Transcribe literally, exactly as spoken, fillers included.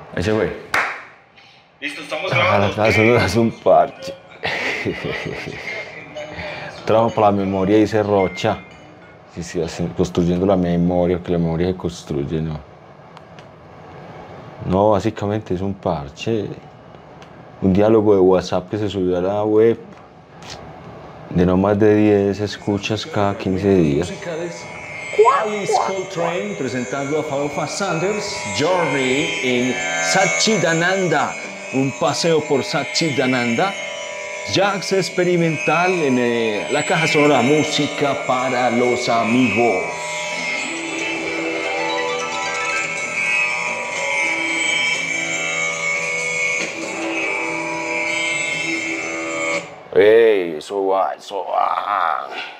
Ese güey. Listo, estamos Ah, grabando. la casa no es un parche. Trabajo para la memoria, dice Rocha. Sí, sí, así, construyendo la memoria, que la memoria se construye, ¿no? No, básicamente es un parche. Un diálogo de WhatsApp que se subió a la web de no más de diez escuchas cada quince días. Alice Coltrane presentando a Faufa Sanders, Journey en Satchidananda, un paseo por Satchidananda, jazz experimental en eh, la caja sonora, música para los amigos. ¡Ey! Eso va, eso va.